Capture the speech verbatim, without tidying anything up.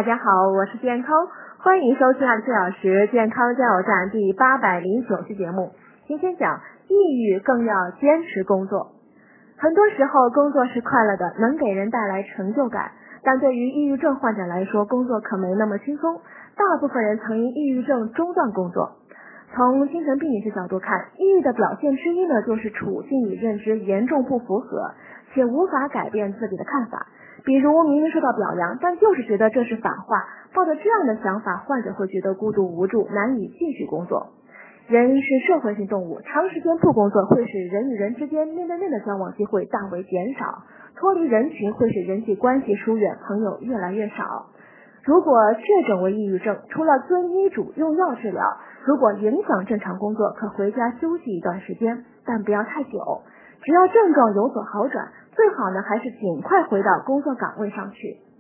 大家好，我是健康，欢迎收听二十四小时健康加油站第八百零九期节目。今天讲抑郁更要坚持工作。很多时候工作是快乐的，能给人带来成就感，但对于抑郁症患者来说，工作可没那么轻松。大部分人曾因抑郁症中断工作。从精神病理学角度看，抑郁的表现之一呢，就是处境与认知严重不符合，且无法改变自己的看法。比如明明受到表扬，但就是觉得这是反话，抱着这样的想法，患者会觉得孤独无助，难以继续工作。人是社会性动物，长时间不工作会使人与人之间面对面的交往机会大为减少，脱离人群会使人际关系疏远，朋友越来越少。如果确诊为抑郁症，除了遵医嘱用药治疗，如果影响正常工作，可回家休息一段时间，但不要太久。只要症状有所好转，最好呢还是尽快回到工作岗位上去。